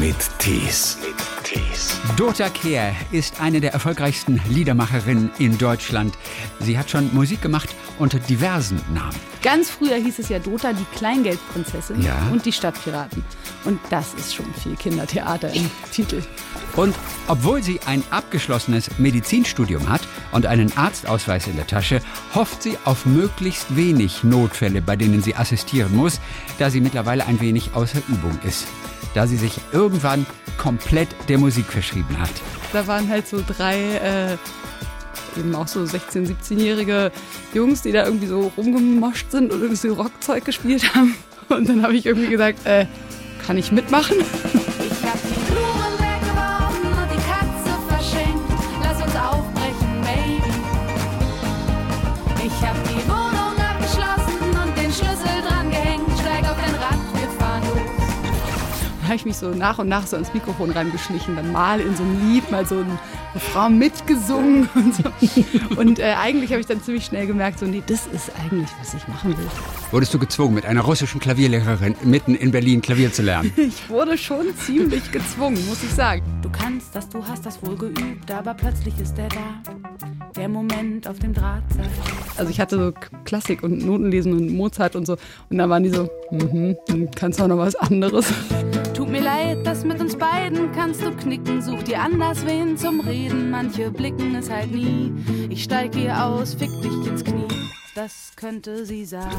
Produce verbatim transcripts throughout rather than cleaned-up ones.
mit Tees. Tees. Dota Kehr ist eine der erfolgreichsten Liedermacherinnen in Deutschland. Sie hat schon Musik gemacht unter diversen Namen. Ganz früher hieß es ja Dota, die Kleingeldprinzessin Ja. und die Stadtpiraten. Und das ist schon viel Kindertheater im Titel. Und obwohl sie ein abgeschlossenes Medizinstudium hat und einen Arztausweis in der Tasche, hofft sie auf möglichst wenig Notfälle, bei denen sie assistieren muss, da sie mittlerweile ein wenig außer Übung ist. Da sie sich irgendwann komplett der Musik verschrieben hat. Da waren halt so drei, äh, eben auch so sechzehn-, siebzehnjährige Jungs, die da irgendwie so rumgemoscht sind und irgendwie so Rockzeug gespielt haben. Und dann habe ich irgendwie gesagt, äh, kann ich mitmachen? Ich hab die Blumen weggeworfen und die Katze verschenkt. Lass uns aufbrechen, Baby. Ich hab die Wohnung abgeschlossen und den Schlüssel dran gehängt. Steig auf dein Rad, wir fahren los. Da habe ich mich so nach und nach so ins Mikrofon reingeschlichen, dann mal in so ein Lied, mal so ein Refrain mitgesungen und so. Und äh, eigentlich habe ich dann ziemlich schnell gemerkt, so nee, das ist eigentlich, was ich machen will. Wurdest du gezwungen, mit einer russischen Klavierlehrerin mitten in Berlin Klavier zu lernen? Ich wurde schon ziemlich gezwungen, muss ich sagen. Du kannst das, du hast das wohl geübt, aber plötzlich ist er da. Der Moment auf dem Drahtseil. Also ich hatte so Klassik und Notenlesen und Mozart und so. Und da waren die so, mhm, dann kannst du auch noch was anderes. Tut mir leid, das mit uns beiden kannst du knicken. Such dir anders wen zum Reden. Manche blicken es halt nie. Ich steig hier aus, fick dich ins Knie. Das könnte sie sagen.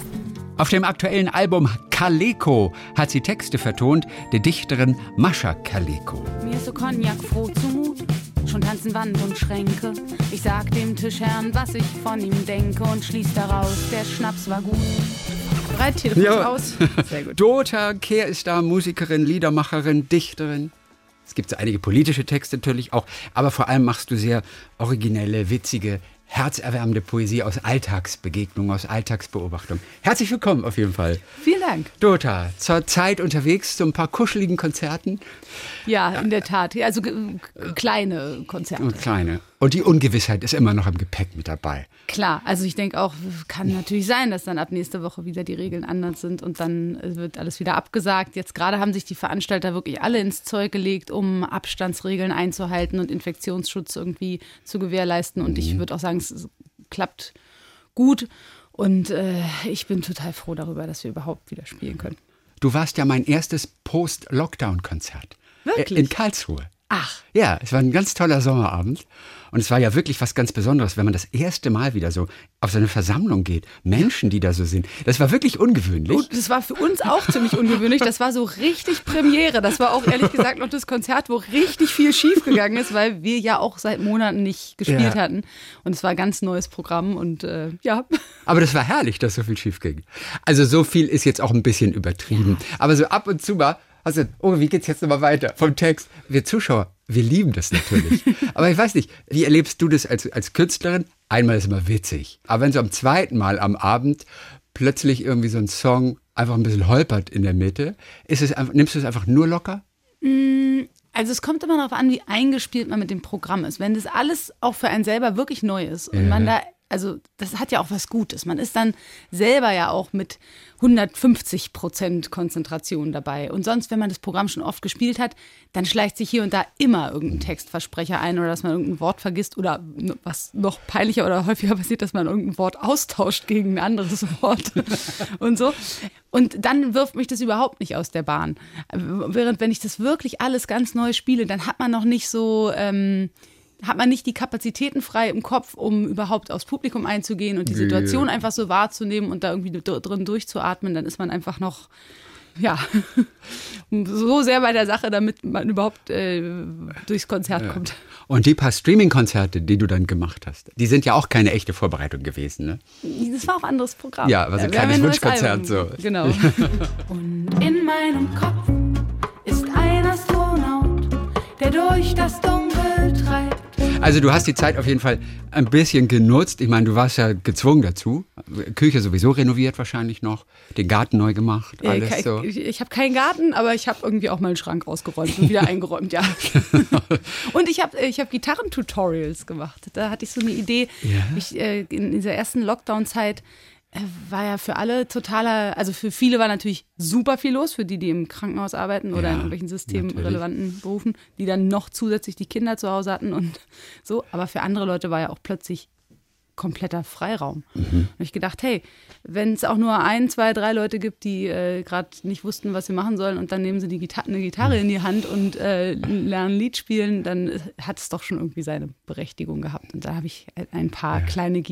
Auf dem aktuellen Album Kaleko hat sie Texte vertont, der Dichterin Mascha Kaleko. Mir ist so Cognac froh zumut. Schon tanzen Wand und Schränke. Ich sag dem Tischherrn, was ich von ihm denke und schließ daraus, der Schnaps war gut. Bereit, Telefon Ja. aus. Sehr gut. Dota Kehr ist da, Musikerin, Liedermacherin, Dichterin. Es gibt so einige politische Texte natürlich auch, aber vor allem machst du sehr originelle, witzige, herzerwärmende Poesie aus Alltagsbegegnung, aus Alltagsbeobachtung. Herzlich willkommen auf jeden Fall. Vielen Dank. Dota, zur Zeit unterwegs zu ein paar kuscheligen Konzerten. Ja, in der Tat. Also äh, kleine Konzerte. Und kleine. Und die Ungewissheit ist immer noch im Gepäck mit dabei. Klar, also ich denke auch, kann natürlich sein, dass dann ab nächste Woche wieder die Regeln anders sind und dann wird alles wieder abgesagt. Jetzt gerade haben sich die Veranstalter wirklich alle ins Zeug gelegt, um Abstandsregeln einzuhalten und Infektionsschutz irgendwie zu gewährleisten. Und ich würde auch sagen, es klappt gut. Und äh, ich bin total froh darüber, dass wir überhaupt wieder spielen können. Du warst ja mein erstes Post-Lockdown-Konzert. Wirklich? In Karlsruhe. Ach. Ja, es war ein ganz toller Sommerabend. Und es war ja wirklich was ganz Besonderes, wenn man das erste Mal wieder so auf so eine Versammlung geht. Menschen, die da so sind. Das war wirklich ungewöhnlich. Und das war für uns auch ziemlich ungewöhnlich. Das war so richtig Premiere. Das war auch ehrlich gesagt noch das Konzert, wo richtig viel schiefgegangen ist, weil wir ja auch seit Monaten nicht gespielt Ja. hatten. Und es war ein ganz neues Programm und äh, ja. Aber das war herrlich, dass so viel schief ging. Also so viel ist jetzt auch ein bisschen übertrieben. Aber so ab und zu mal, also, oh, wie geht's jetzt nochmal weiter vom Text? Wir Zuschauer, wir lieben das natürlich. Aber ich weiß nicht, wie erlebst du das als, als Künstlerin? Einmal ist immer witzig. Aber wenn so am zweiten Mal am Abend plötzlich irgendwie so ein Song einfach ein bisschen holpert in der Mitte, ist es einfach, nimmst du es einfach nur locker? Also es kommt immer darauf an, wie eingespielt man mit dem Programm ist. Wenn das alles auch für einen selber wirklich neu ist und Ja. man da, also das hat ja auch was Gutes. Man ist dann selber ja auch mit hundertfünfzig Prozent Konzentration dabei. Und sonst, wenn man das Programm schon oft gespielt hat, dann schleicht sich hier und da immer irgendein Textversprecher ein oder dass man irgendein Wort vergisst oder was noch peinlicher oder häufiger passiert, dass man irgendein Wort austauscht gegen ein anderes Wort und so. Und dann wirft mich das überhaupt nicht aus der Bahn. Während wenn ich das wirklich alles ganz neu spiele, dann hat man noch nicht so... Ähm, hat man nicht die Kapazitäten frei im Kopf, um überhaupt aufs Publikum einzugehen und die Situation Ja. einfach so wahrzunehmen und da irgendwie d- drin durchzuatmen, dann ist man einfach noch, ja, so sehr bei der Sache, damit man überhaupt äh, durchs Konzert Ja. kommt. Und die paar Streaming-Konzerte, die du dann gemacht hast, die sind ja auch keine echte Vorbereitung gewesen, ne? Das war auch ein anderes Programm. Ja, aber so ein Wir haben kleines ein neues Wunschkonzert Album. so. Genau. Und in meinem Kopf ist ein Astronaut, der durch das Dunkel treibt. Also du hast die Zeit auf jeden Fall ein bisschen genutzt. Ich meine, du warst ja gezwungen dazu. Küche sowieso renoviert wahrscheinlich noch. Den Garten neu gemacht, alles ich so. ich, ich habe keinen Garten, aber ich habe irgendwie auch mal einen Schrank ausgeräumt und wieder eingeräumt, ja. Und ich habe ich hab Gitarrentutorials gemacht. Da hatte ich so eine Idee. Ja. Ich, äh, in dieser ersten Lockdown-Zeit war ja für alle totaler, also für viele war natürlich super viel los, für die, die im Krankenhaus arbeiten oder Ja, in irgendwelchen systemrelevanten Berufen, die dann noch zusätzlich die Kinder zu Hause hatten und so. Aber für andere Leute war ja auch plötzlich kompletter Freiraum. Mhm. Und habe ich gedacht, hey, wenn es auch nur ein, zwei, drei Leute gibt, die äh, gerade nicht wussten, was sie machen sollen und dann nehmen sie die Gita- eine Gitarre in die Hand und äh, lernen Lied spielen, dann hat es doch schon irgendwie seine Berechtigung gehabt. Und da habe ich ein paar ja. kleine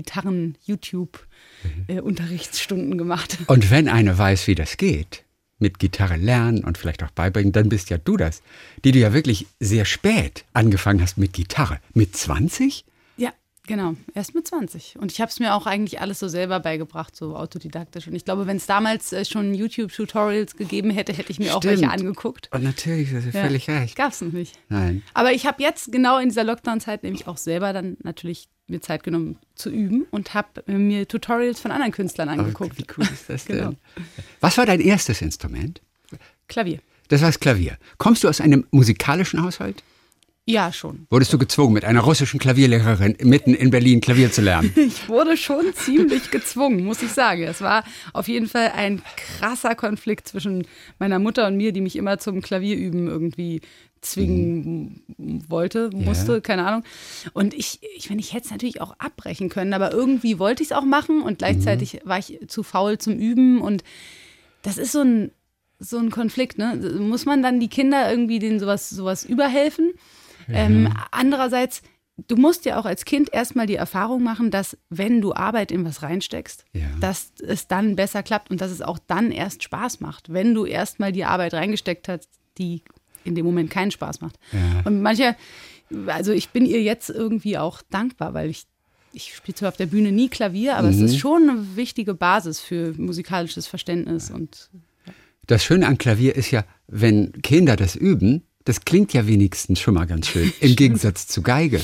Gitarren-YouTube-Unterrichtsstunden äh, gemacht. Und wenn eine weiß, wie das geht, mit Gitarre lernen und vielleicht auch beibringen, dann bist ja du das, die du ja wirklich sehr spät angefangen hast mit Gitarre. Mit zwanzig? Genau, erst mit zwanzig. Und ich habe es mir auch eigentlich alles so selber beigebracht, so autodidaktisch. Und ich glaube, wenn es damals äh, schon YouTube-Tutorials gegeben hätte, hätte ich mir Stimmt. auch welche angeguckt. Und natürlich, das ist ja ja, völlig recht. Gab es noch nicht. Nein. Aber ich habe jetzt genau in dieser Lockdown-Zeit nämlich auch selber dann natürlich mir Zeit genommen zu üben und habe mir Tutorials von anderen Künstlern angeguckt. Oh, wie cool ist das denn? Genau. Was war dein erstes Instrument? Klavier. Das war das Klavier. Kommst du aus einem musikalischen Haushalt? Ja, schon. Wurdest du gezwungen, mit einer russischen Klavierlehrerin mitten in Berlin Klavier zu lernen? Ich wurde schon ziemlich gezwungen, muss ich sagen. Es war auf jeden Fall ein krasser Konflikt zwischen meiner Mutter und mir, die mich immer zum Klavierüben irgendwie zwingen mhm. wollte, musste, yeah. keine Ahnung. Und ich, ich, ich hätte es natürlich auch abbrechen können, aber irgendwie wollte ich es auch machen und gleichzeitig mhm. war ich zu faul zum Üben. Und das ist so ein, so ein Konflikt, ne? Muss man dann die Kinder irgendwie denen sowas, sowas überhelfen? Ähm, andererseits, du musst ja auch als Kind erstmal die Erfahrung machen, dass wenn du Arbeit in was reinsteckst, ja. dass es dann besser klappt und dass es auch dann erst Spaß macht, wenn du erstmal die Arbeit reingesteckt hast, die in dem Moment keinen Spaß macht. Ja. Und manche, also ich bin ihr jetzt irgendwie auch dankbar, weil ich Ich spiele zwar auf der Bühne nie Klavier, aber mhm. es ist schon eine wichtige Basis für musikalisches Verständnis. Und ja. Das Schöne an Klavier ist ja, wenn Kinder das üben, das klingt ja wenigstens schon mal ganz schön, im Gegensatz zu Geige.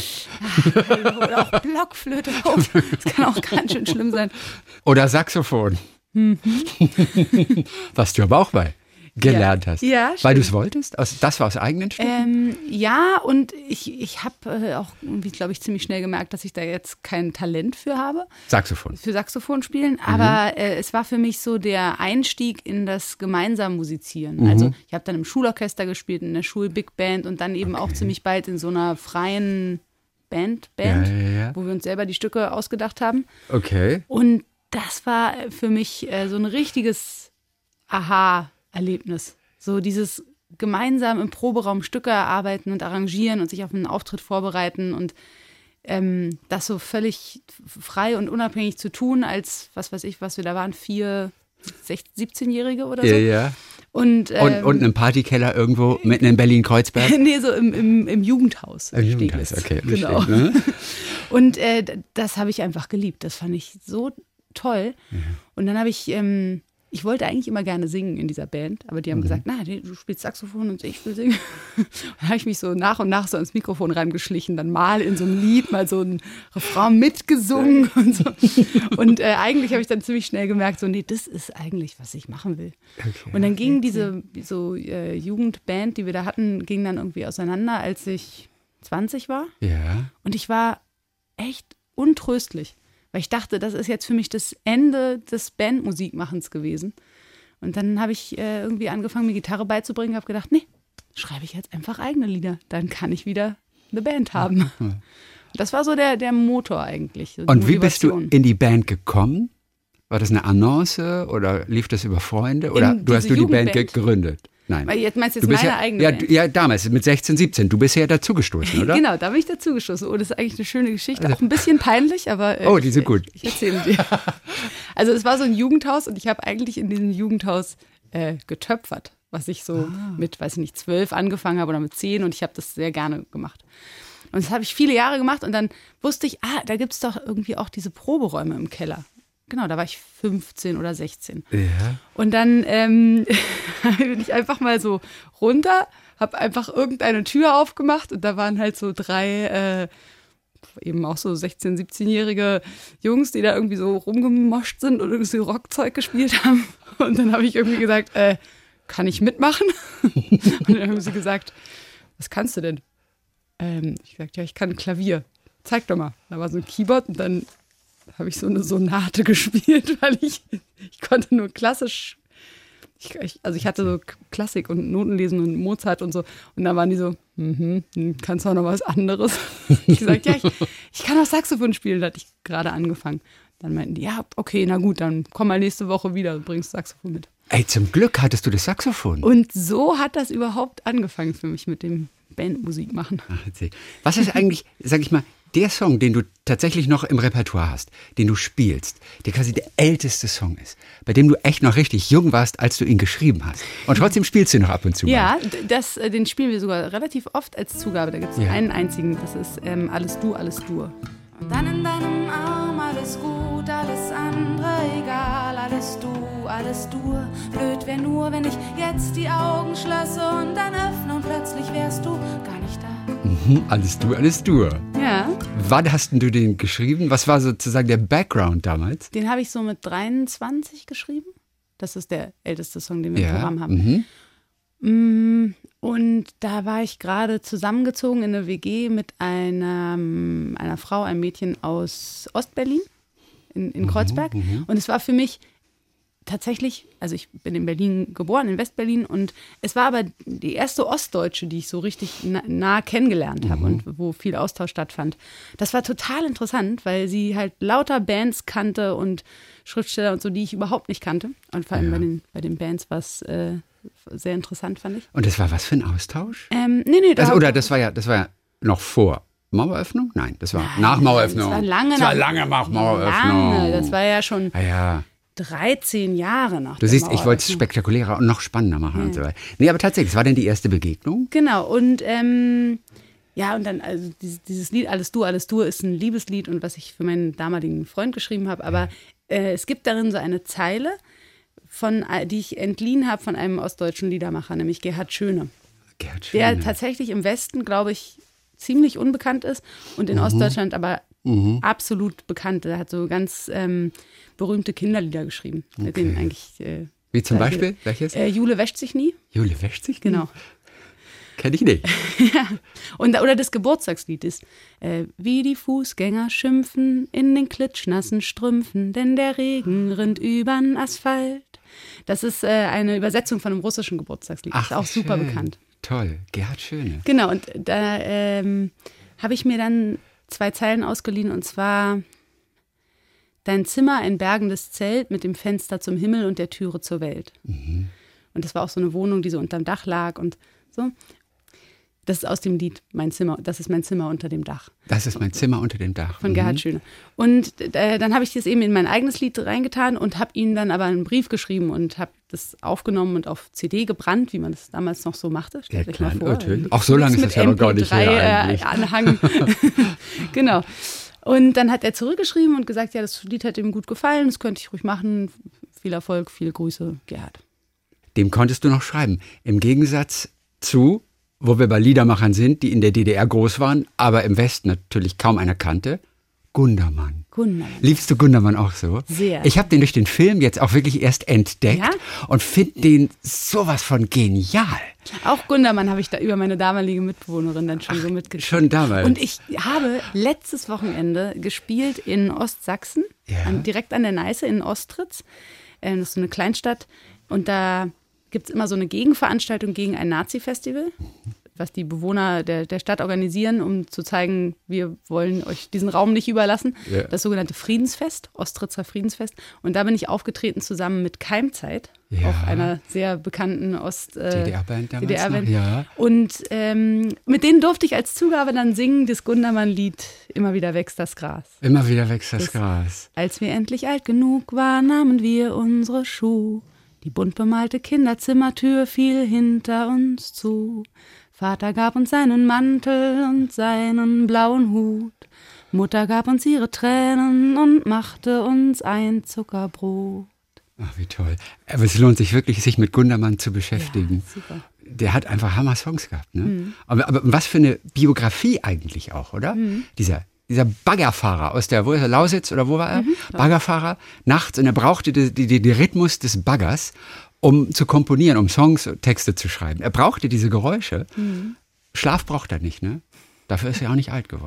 Oder auch Blockflöte. Oh, das kann auch ganz schön schlimm sein. Oder Saxophon. Mhm. Was du aber auch bei gelernt ja. hast. Ja, weil du es wolltest? Aus, das war aus eigenen Stücken? Ähm, ja, und ich, ich habe äh, auch, glaube ich, ziemlich schnell gemerkt, dass ich da jetzt kein Talent für habe. Saxophon. Für Saxophon spielen. Aber mhm. äh, es war für mich so der Einstieg in das gemeinsam Musizieren. Mhm. Also ich habe dann im Schulorchester gespielt, in der Schul-Big Band und dann eben okay. auch ziemlich bald in so einer freien Band, Band ja, ja, ja. wo wir uns selber die Stücke ausgedacht haben. Okay. Und das war für mich äh, so ein richtiges Aha- Erlebnis. So dieses gemeinsam im Proberaum Stücke erarbeiten und arrangieren und sich auf einen Auftritt vorbereiten und ähm, das so völlig frei und unabhängig zu tun, als, was weiß ich, was wir da waren, vier, sechzehn, siebzehnjährige oder so. Ja, ja. Und, ähm, und, und einen Partykeller irgendwo mitten in Berlin-Kreuzberg? Nee, so im, im, im Jugendhaus. Im Jugendhaus, okay. Genau. Bestimmt, ne? Und äh, das habe ich einfach geliebt. Das fand ich so toll. Ja. Und dann habe ich... Ähm, Ich wollte eigentlich immer gerne singen in dieser Band, aber die haben mhm. gesagt, na, du spielst Saxophon und ich will singen. Dann habe ich mich so nach und nach so ans Mikrofon reingeschlichen, dann mal in so einem Lied, mal so ein Refrain mitgesungen und so. Und äh, eigentlich habe ich dann ziemlich schnell gemerkt, so, nee, das ist eigentlich, was ich machen will. Okay. Und dann ging diese so äh, Jugendband, die wir da hatten, ging dann irgendwie auseinander, als ich zwanzig war. Ja. Und ich war echt untröstlich. Weil ich dachte, das ist jetzt für mich das Ende des Bandmusikmachens gewesen. Und dann habe ich äh, irgendwie angefangen, mir Gitarre beizubringen, habe gedacht, nee, schreibe ich jetzt einfach eigene Lieder. Dann kann ich wieder eine Band haben. Mhm. Das war so der, der Motor eigentlich. So und wie bist du in die Band gekommen? War das eine Annonce oder lief das über Freunde? Oder in du hast du die Band gegründet? Nein. Weil jetzt meinst du jetzt du bist meine ja, eigene ja, Band? Ja, damals, mit sechzehn, siebzehn. Du bist ja dazugestoßen, oder? Genau, da bin ich dazugestoßen. Oh, das ist eigentlich eine schöne Geschichte. Auch ein bisschen peinlich, aber äh, oh, die sind gut. Ich, ich erzähle dir. Also es war so ein Jugendhaus und ich habe eigentlich in diesem Jugendhaus äh, getöpfert, was ich so ah. mit, weiß ich nicht, zwölf angefangen habe oder mit zehn und ich habe das sehr gerne gemacht. Und das habe ich viele Jahre gemacht und dann wusste ich, ah, da gibt es doch irgendwie auch diese Proberäume im Keller. Genau, da war ich fünfzehn oder sechzehn. Ja. Und dann ähm, bin ich einfach mal so runter, habe einfach irgendeine Tür aufgemacht und da waren halt so drei, äh, eben auch so sechzehn-, siebzehnjährige Jungs, die da irgendwie so rumgemoscht sind und irgendwie Rockzeug gespielt haben. Und dann habe ich irgendwie gesagt, äh, kann ich mitmachen? Und dann haben sie gesagt, was kannst du denn? Ähm, ich gesagt, ja, ich kann Klavier. Zeig doch mal. Da war so ein Keyboard und dann habe ich so eine Sonate gespielt, weil ich, ich konnte nur klassisch, ich, ich, also ich hatte so Klassik und Notenlesen und Mozart und so. Und dann waren die so, mhm, kannst du auch noch was anderes? Ich gesagt, ja, ich, ich kann auch Saxophon spielen, da hatte ich gerade angefangen. Dann meinten die, ja, okay, na gut, dann komm mal nächste Woche wieder und bringst Saxophon mit. Ey, zum Glück hattest du das Saxophon. Und so hat das überhaupt angefangen für mich mit dem Bandmusik machen. Ach, was ist eigentlich, sag ich mal, der Song, den du tatsächlich noch im Repertoire hast, den du spielst, der quasi der älteste Song ist, bei dem du echt noch richtig jung warst, als du ihn geschrieben hast. Und trotzdem spielst du ihn noch ab und zu mal. Ja, das, den spielen wir sogar relativ oft als Zugabe. Da gibt es ja. einen einzigen, das ist ähm, Alles du, alles du. Und dann in deinem Arm alles gut, alles andere egal, alles du, alles du. Blöd wär nur, wenn ich jetzt die Augen schlösse und dann öffne und plötzlich wärst du gar nicht da. Mhm, alles du, alles du. Ja. Wann hast denn du den geschrieben? Was war sozusagen der Background damals? Den habe ich so mit dreiundzwanzig geschrieben. Das ist der älteste Song, den wir ja. im Programm haben. Mhm. Und da war ich gerade zusammengezogen in eine W G mit einer, einer Frau, einem Mädchen aus Ostberlin in, in Kreuzberg. Mhm. Und es war für mich tatsächlich, also ich bin in Berlin geboren, in Westberlin, und es war aber die erste Ostdeutsche, die ich so richtig nah, nah kennengelernt habe mhm. und wo viel Austausch stattfand. Das war total interessant, weil sie halt lauter Bands kannte und Schriftsteller und so, die ich überhaupt nicht kannte. Und vor allem ja. bei, den, bei den Bands war es äh, sehr interessant, fand ich. Und das war was für ein Austausch? Ähm, nee, nee. Da also, oder das war ja, das war ja noch vor Maueröffnung? Nein, das war Nein, nach Maueröffnung. Das war lange das war nach lange nach Maueröffnung. Lange, das war ja schon ah, ja. dreizehn Jahre nach Du siehst, ich wollte es spektakulärer und noch spannender machen ja. und so weiter. Nee, aber tatsächlich, es war denn die erste Begegnung? Genau, und ähm, ja, und dann, also dieses, dieses Lied Alles du, alles du ist ein Liebeslied und was ich für meinen damaligen Freund geschrieben habe, aber äh, es gibt darin so eine Zeile, von, die ich entliehen habe von einem ostdeutschen Liedermacher, nämlich Gerhard Schöne. Gerhard Schöne. Der tatsächlich im Westen, glaube ich, ziemlich unbekannt ist und in mhm. Ostdeutschland aber mhm. absolut bekannt. Er hat so ganz ähm, berühmte Kinderlieder geschrieben. Okay. Mit denen eigentlich, äh, wie zum Beispiel? Viele, welches? Äh, Jule wäscht sich nie. Jule wäscht sich nie? Genau. Kenn ich nicht. ja. Und, oder das Geburtstagslied ist, äh, wie die Fußgänger schimpfen in den klitschnassen Strümpfen, denn der Regen rinnt übern Asphalt. Das ist äh, eine Übersetzung von einem russischen Geburtstagslied. Ach, ist auch super schön. bekannt. Toll, Gerhard Schöne. Genau, und da ähm, habe ich mir dann zwei Zeilen ausgeliehen, und zwar: Dein Zimmer ein bergendes Zelt mit dem Fenster zum Himmel und der Türe zur Welt. Mhm. Und das war auch so eine Wohnung, die so unterm Dach lag und so. Das ist aus dem Lied Mein Zimmer, das ist mein Zimmer unter dem Dach. Das ist mein Zimmer unter dem Dach. Von mhm. Gerhard Schöne. Und äh, dann habe ich das eben in mein eigenes Lied reingetan und habe ihnen dann aber einen Brief geschrieben und habe das aufgenommen und auf C D gebrannt, wie man das damals noch so machte. Stellt euch mal vor. Natürlich. Auch so lange ist das ja noch gar nicht her eigentlich. Äh, Anhang. Genau. Und dann hat er zurückgeschrieben und gesagt, ja, das Lied hat ihm gut gefallen, das könnte ich ruhig machen. Viel Erfolg, viele Grüße, Gerhard. Dem konntest du noch schreiben. Im Gegensatz zu, wo wir bei Liedermachern sind, die in der D D R groß waren, aber im Westen natürlich kaum einer kannte, Gundermann. Gundermann. Liebst du Gundermann auch so? Sehr. Ich habe den durch den Film jetzt auch wirklich erst entdeckt ja? und finde den sowas von genial. Auch Gundermann habe ich da über meine damalige Mitbewohnerin dann schon Ach, so mitgekriegt. Schon damals. Und ich habe letztes Wochenende gespielt in Ostsachsen, ja. an, direkt an der Neiße in Ostritz. Das ist so eine Kleinstadt. Und da gibt es immer so eine Gegenveranstaltung gegen ein Nazi-Festival, was die Bewohner der, der Stadt organisieren, um zu zeigen, wir wollen euch diesen Raum nicht überlassen. Ja. Das sogenannte Friedensfest, Ostritzer Friedensfest. Und da bin ich aufgetreten zusammen mit Keimzeit, ja. auch einer sehr bekannten Ost- äh, D D R-Band damals D D R-Band. Noch, ja. Und ähm, mit denen durfte ich als Zugabe dann singen, das Gundermann-Lied Immer wieder wächst das Gras. Immer wieder wächst das, das Gras. Als wir endlich alt genug waren, nahmen wir unsere Schuhe. Die bunt bemalte Kinderzimmertür fiel hinter uns zu. Vater gab uns seinen Mantel und seinen blauen Hut. Mutter gab uns ihre Tränen und machte uns ein Zuckerbrot. Ach, wie toll. Aber es lohnt sich wirklich, sich mit Gundermann zu beschäftigen. Ja, super. Der hat einfach Hammer-Songs gehabt. Ne? Mhm. Aber, aber was für eine Biografie eigentlich auch, oder? Mhm. Dieser Dieser Baggerfahrer aus der, wo ist er, Lausitz oder wo war er? Mhm, Baggerfahrer, nachts, und er brauchte den die, die, die Rhythmus des Baggers, um zu komponieren, um Songs, Texte zu schreiben. Er brauchte diese Geräusche. Mhm. Schlaf braucht er nicht, ne? Dafür ist er auch nicht alt geworden.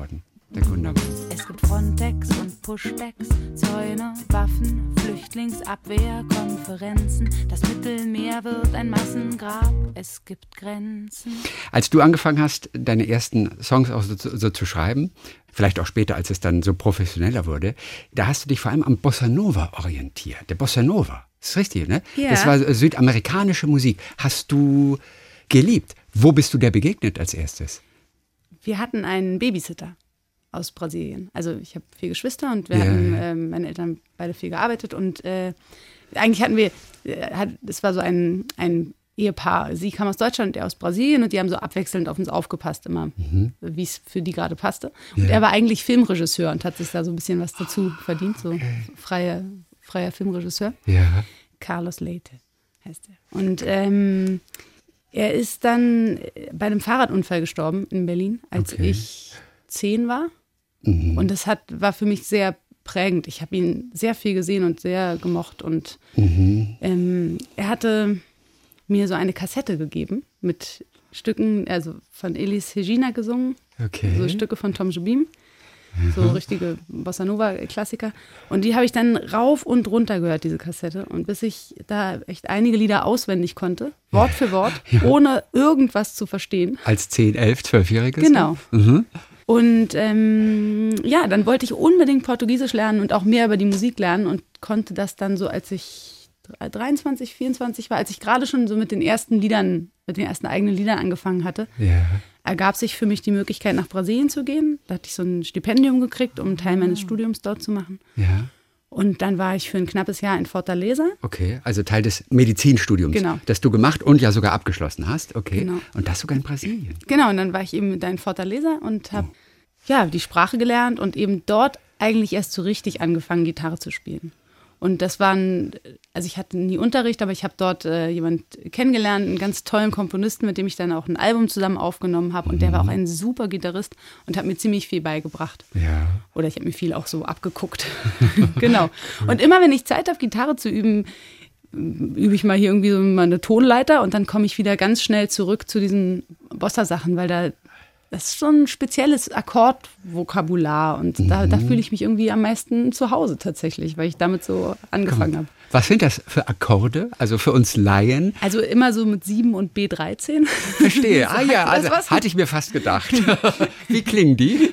der Gundermann. Es gibt Frontex und Pushbacks, Zäune, Waffen, Flüchtlingsabwehr, Konferenzen. Das Mittelmeer wird ein Massengrab, es gibt Grenzen. Als du angefangen hast, deine ersten Songs auch so, so zu schreiben, vielleicht auch später, als es dann so professioneller wurde, da hast du dich vor allem am Bossa Nova orientiert. Der Bossa Nova, ist richtig, ne? Ja. Das war südamerikanische Musik. Hast du geliebt. Wo bist du der begegnet als erstes? Wir hatten einen Babysitter aus Brasilien. Also ich habe vier Geschwister und wir Ja. hatten, äh, meine Eltern beide viel gearbeitet und äh, eigentlich hatten wir, äh, hat, es war so ein, ein Ehepaar. Sie kam aus Deutschland, er aus Brasilien und die haben so abwechselnd auf uns aufgepasst immer, mhm. wie es für die gerade passte. Und Ja. er war eigentlich Filmregisseur und hat sich da so ein bisschen was dazu verdient, so freier, freier Filmregisseur. Ja. Carlos Leite heißt er. Und ähm, er ist dann bei einem Fahrradunfall gestorben in Berlin, als Okay. ich zehn war. Mhm. Und das hat, war für mich sehr prägend. Ich habe ihn sehr viel gesehen und sehr gemocht. Und Mhm. ähm, er hatte mir so eine Kassette gegeben mit Stücken, also von Elis Regina gesungen, Okay. so Stücke von Tom Jobim. So richtige Bossa Nova-Klassiker. Und die habe ich dann rauf und runter gehört, diese Kassette. Und bis ich da echt einige Lieder auswendig konnte, Wort für Wort, ohne irgendwas zu verstehen. Als zehn, elf, zwölfjähriges? Genau. Mhm. Und ähm, ja, dann wollte ich unbedingt Portugiesisch lernen und auch mehr über die Musik lernen und konnte das dann so, als ich dreiundzwanzig, vierundzwanzig war, als ich gerade schon so mit den ersten Liedern, mit den ersten eigenen Liedern angefangen hatte, Ja. ergab sich für mich die Möglichkeit, nach Brasilien zu gehen. Da hatte ich so ein Stipendium gekriegt, um einen Teil meines Studiums dort zu machen. Ja. Und dann war ich für ein knappes Jahr in Fortaleza. Okay, also Teil des Medizinstudiums, Genau. das du gemacht und ja sogar abgeschlossen hast. Okay. Genau. Und das sogar in Brasilien. Genau, und dann war ich eben da in Fortaleza und habe ja, die Sprache gelernt und eben dort eigentlich erst so richtig angefangen, Gitarre zu spielen. Und das waren, also ich hatte nie Unterricht, aber ich habe dort äh, jemanden kennengelernt, einen ganz tollen Komponisten, mit dem ich dann auch ein Album zusammen aufgenommen habe. Und der war auch ein super Gitarrist und hat mir ziemlich viel beigebracht. Ja. Oder ich habe mir viel auch so abgeguckt. Genau. Und immer, wenn ich Zeit habe, Gitarre zu üben, übe ich mal hier irgendwie so mal eine Tonleiter und dann komme ich wieder ganz schnell zurück zu diesen Bossa-Sachen, weil da das ist so ein spezielles Akkordvokabular und da, da fühle ich mich irgendwie am meisten zu Hause tatsächlich, weil ich damit so angefangen habe. Was sind das für Akkorde? Also für uns Laien? Also immer so mit sieben und B dreizehn. Verstehe. Ah ja, Sagt also das was? hatte ich mir fast gedacht. Wie klingen die?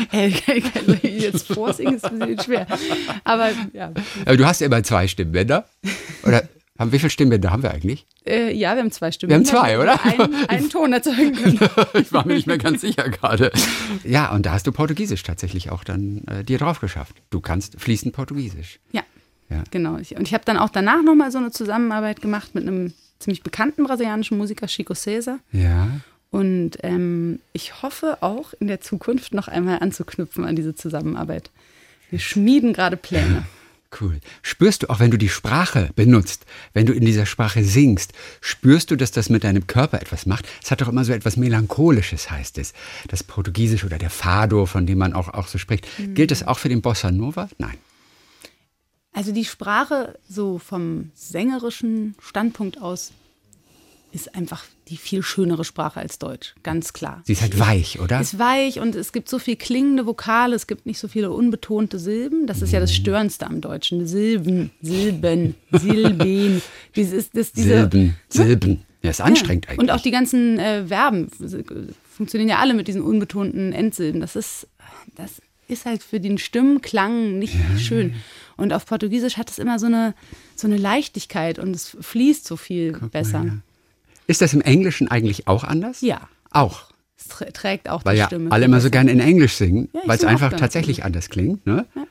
Jetzt vorsingen ist ein bisschen schwer. Aber ja. Aber du hast ja immer zwei Stimmbänder. Oder haben, wie viele Stimmbänder haben wir eigentlich? Äh, ja, wir haben zwei Stimmen. Wir haben zwei, oder? Einen, einen Ton erzeugen können. Ich war mir nicht mehr ganz sicher gerade. Ja, und da hast du Portugiesisch tatsächlich auch dann äh, dir drauf geschafft. Du kannst fließend Portugiesisch. Ja, Ja. genau. Ich, und ich habe dann auch danach nochmal so eine Zusammenarbeit gemacht mit einem ziemlich bekannten brasilianischen Musiker, Chico César. Ja. Und ähm, ich hoffe auch in der Zukunft noch einmal anzuknüpfen an diese Zusammenarbeit. Wir schmieden gerade Pläne. Cool. Spürst du, auch wenn du die Sprache benutzt, wenn du in dieser Sprache singst, spürst du, dass das mit deinem Körper etwas macht? Es hat doch immer so etwas Melancholisches, heißt es. Das Portugiesisch oder der Fado, von dem man auch, auch so spricht. Mhm. Gilt das auch für den Bossa Nova? Nein. Also die Sprache so vom sängerischen Standpunkt aus ist einfach die viel schönere Sprache als Deutsch, ganz klar. Sie ist halt weich, oder? Ist weich und es gibt so viel klingende Vokale, es gibt nicht so viele unbetonte Silben. Das ist ja das Störendste am Deutschen. Silben, Silben, Silben. Dieses, das, diese, Silben, Silben. Ja, ist anstrengend ja. eigentlich. Und auch die ganzen äh, Verben funktionieren ja alle mit diesen unbetonten Endsilben. Das ist, das ist halt für den Stimmenklang nicht ja. schön. Und auf Portugiesisch hat es immer so eine, so eine Leichtigkeit und es fließt so viel Guck besser. Mal, ja. Ist das im Englischen eigentlich auch anders? Ja. Auch? Es trägt auch weil die ja Stimme. alle immer so gerne in Englisch singen, ja, weil es einfach tatsächlich anders klingt. Ne? Ja,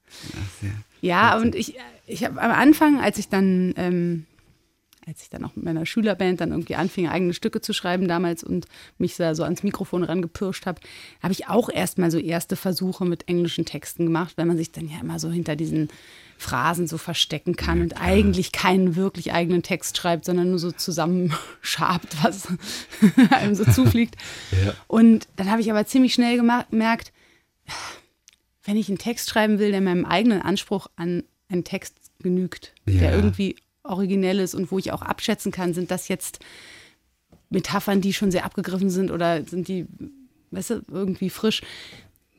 ja und ich, ich habe am Anfang, als ich dann, ähm, als ich dann auch mit meiner Schülerband dann irgendwie anfing, eigene Stücke zu schreiben damals und mich da so ans Mikrofon rangepirscht habe, habe ich auch erstmal so erste Versuche mit englischen Texten gemacht, weil man sich dann ja immer so hinter diesen Phrasen so verstecken kann ja, und eigentlich keinen wirklich eigenen Text schreibt, sondern nur so zusammenschabt, was einem so zufliegt. Ja. Und dann habe ich aber ziemlich schnell gemerkt, wenn ich einen Text schreiben will, der meinem eigenen Anspruch an einen Text genügt, ja. der irgendwie originell ist und wo ich auch abschätzen kann, sind das jetzt Metaphern, die schon sehr abgegriffen sind oder sind die, weißt du, irgendwie frisch,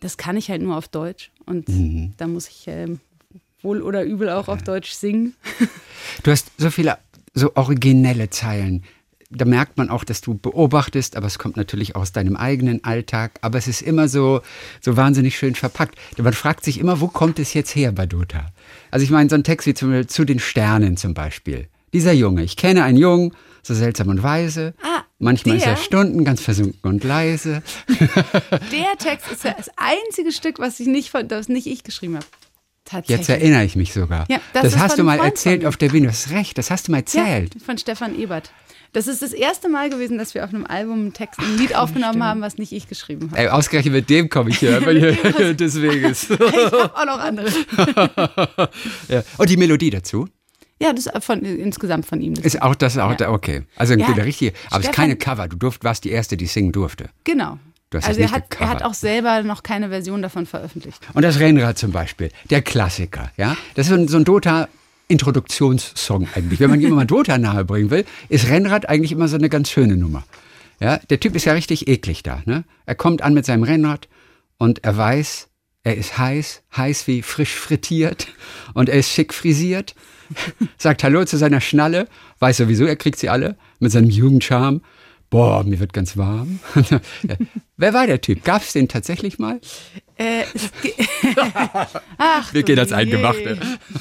das kann ich halt nur auf Deutsch. Und mhm. da muss ich ähm, wohl oder übel auch auf Deutsch singen. Du hast so viele so originelle Zeilen. Da merkt man auch, dass du beobachtest, aber es kommt natürlich aus deinem eigenen Alltag. Aber es ist immer so, so wahnsinnig schön verpackt. Man fragt sich immer, wo kommt es jetzt her bei Dota? Also ich meine, so ein Text wie zum, zu den Sternen zum Beispiel. Dieser Junge, ich kenne einen Jungen, so seltsam und weise. Ah, manchmal der? Ist er Stunden ganz versunken und leise. Der Text ist ja das einzige Stück, was ich nicht, das nicht ich geschrieben habe. Tatsächlich. Jetzt erinnere ich mich sogar. Ja, das das hast du mal erzählt auf der Bühne. Du hast recht, das hast du mal erzählt. Ja, von Stefan Ebert. Das ist das erste Mal gewesen, dass wir auf einem Album einen Text, ein Lied aufgenommen stimmt. haben, was nicht ich geschrieben habe. Ey, ausgerechnet mit dem komme ich hier. Deswegen. Ich habe auch noch andere. Ja. Und die Melodie dazu? Ja, das ist von, insgesamt von ihm. Das ist auch das, auch ja. okay. Also ja, der richtige, aber es ist keine Cover. Du durft, warst die Erste, die singen durfte. Genau. Also er hat, er hat auch selber noch keine Version davon veröffentlicht. Und das Rennrad zum Beispiel, der Klassiker, ja, das ist so ein, so ein Dota-Introduktionssong eigentlich. Wenn man jemandem Dota nahebringen will, ist Rennrad eigentlich immer so eine ganz schöne Nummer. Ja, der Typ ist ja richtig eklig da. Ne? Er kommt an mit seinem Rennrad und er weiß, er ist heiß, heiß wie frisch frittiert und er ist schick frisiert, sagt Hallo zu seiner Schnalle, weiß sowieso, er kriegt sie alle mit seinem Jugendcharme. Boah, mir wird ganz warm. Ja. Wer war der Typ? Gab es den tatsächlich mal? Äh, Ach, wir gehen als Eingemachte.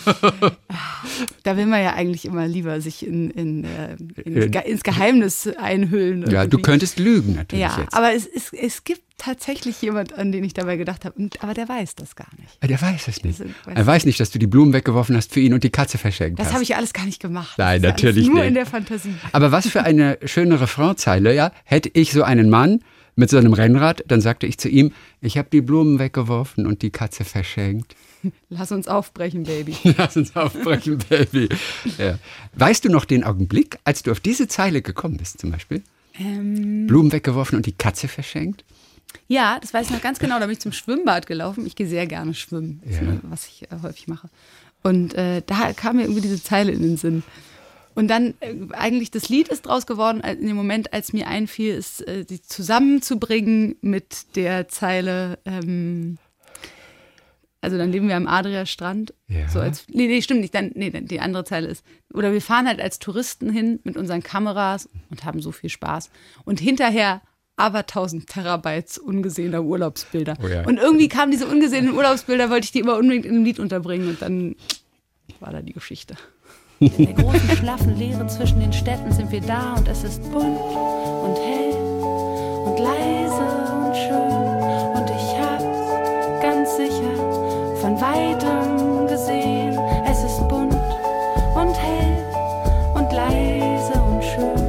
Da will man ja eigentlich immer lieber sich in, in, in, ins Geheimnis einhüllen. Irgendwie. Ja, du könntest lügen natürlich ja, jetzt. Aber es, es, es gibt tatsächlich jemand, an den ich dabei gedacht habe, aber der weiß das gar nicht. Der weiß es nicht. Also, weiß er weiß nicht, dass du die Blumen weggeworfen hast für ihn und die Katze verschenkt das hast. Das habe ich alles gar nicht gemacht. Nein, das natürlich nur nicht. Nur in der Fantasie. Aber was für eine schöne Refrainzeile, ja. Hätte ich so einen Mann mit so einem Rennrad, dann sagte ich zu ihm, ich habe die Blumen weggeworfen und die Katze verschenkt. Lass uns aufbrechen, Baby. Lass uns aufbrechen, Baby. Ja. Weißt du noch den Augenblick, als du auf diese Zeile gekommen bist zum Beispiel? Ähm, Blumen weggeworfen und die Katze verschenkt? Ja, das weiß ich noch ganz genau. Da bin ich zum Schwimmbad gelaufen. Ich gehe sehr gerne schwimmen, ja. was ich äh, häufig mache. Und äh, da kam mir irgendwie diese Zeile in den Sinn. Und dann, äh, eigentlich das Lied ist draus geworden, in dem Moment, als mir einfiel, ist, äh, die zusammenzubringen mit der Zeile, ähm, also dann leben wir am Adria-Strand. Ja. So als, nee, nee, stimmt nicht, dann, nee, die andere Zeile ist, oder wir fahren halt als Touristen hin mit unseren Kameras und haben so viel Spaß. Und hinterher aber tausend Terabytes ungesehener Urlaubsbilder. Oh ja. Und irgendwie kamen diese ungesehenen Urlaubsbilder, wollte ich die immer unbedingt in einem Lied unterbringen und dann war da die Geschichte. In der großen, schlaffen Leere zwischen den Städten sind wir da und es ist bunt und hell und leise und schön. Und ich hab's ganz sicher von weitem gesehen. Es ist bunt und hell und leise und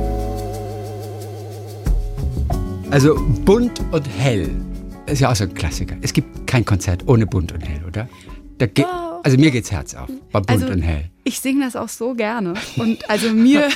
schön. Also bunt und hell ist ja auch so ein Klassiker. Es gibt kein Konzert ohne bunt und hell, oder? Da ge- oh. Also mir geht's Herz auf, bei bunt also, und hell. Ich singe das auch so gerne. Und also mir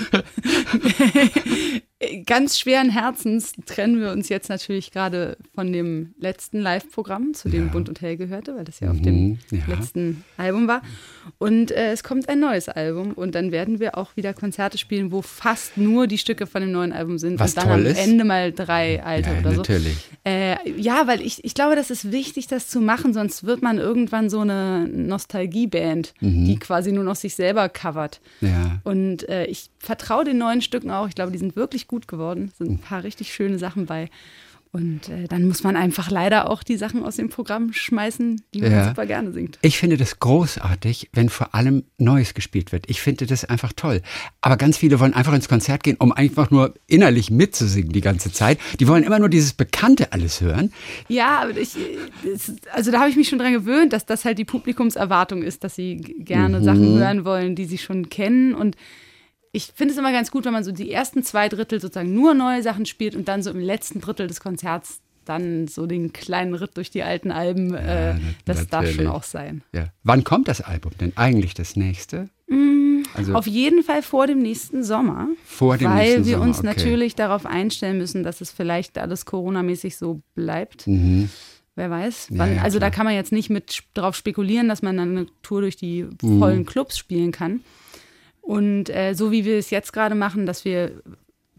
ganz schweren Herzens trennen wir uns jetzt natürlich gerade von dem letzten Live-Programm, zu dem ja. Bunt und Hell gehörte, weil das ja auf dem ja. letzten Album war. Und äh, es kommt ein neues Album und dann werden wir auch wieder Konzerte spielen, wo fast nur die Stücke von dem neuen Album sind. Was und dann toll am ist. Ende mal drei alte ja, oder so. Natürlich. Äh, ja, weil ich, ich glaube, das ist wichtig, das zu machen, sonst wird man irgendwann so eine Nostalgieband, mhm. die quasi nur noch sich selber covert. Ja. Und äh, ich vertraue den neuen Stücken auch. Ich glaube, die sind wirklich gut geworden. Es sind ein paar richtig schöne Sachen bei. Und äh, dann muss man einfach leider auch die Sachen aus dem Programm schmeißen, die man ja. super gerne singt. Ich finde das großartig, wenn vor allem Neues gespielt wird. Ich finde das einfach toll. Aber ganz viele wollen einfach ins Konzert gehen, um einfach nur innerlich mitzusingen die ganze Zeit. Die wollen immer nur dieses Bekannte alles hören. Ja, aber ich, also da habe ich mich schon dran gewöhnt, dass das halt die Publikumserwartung ist, dass sie gerne mhm. Sachen hören wollen, die sie schon kennen. Und ich finde es immer ganz gut, wenn man so die ersten zwei Drittel sozusagen nur neue Sachen spielt und dann so im letzten Drittel des Konzerts dann so den kleinen Ritt durch die alten Alben, ja, äh, das natürlich. Darf schon auch sein. Ja. Wann kommt das Album denn eigentlich, das nächste? Mm, also auf jeden Fall vor dem nächsten Sommer. Vor dem weil nächsten wir Sommer, uns okay. natürlich darauf einstellen müssen, dass es vielleicht alles coronamäßig so bleibt. Mhm. Wer weiß. Wann, ja, ja, also klar. Da kann man jetzt nicht mit drauf spekulieren, dass man dann eine Tour durch die vollen mhm. Clubs spielen kann. Und äh, so wie wir es jetzt gerade machen, dass wir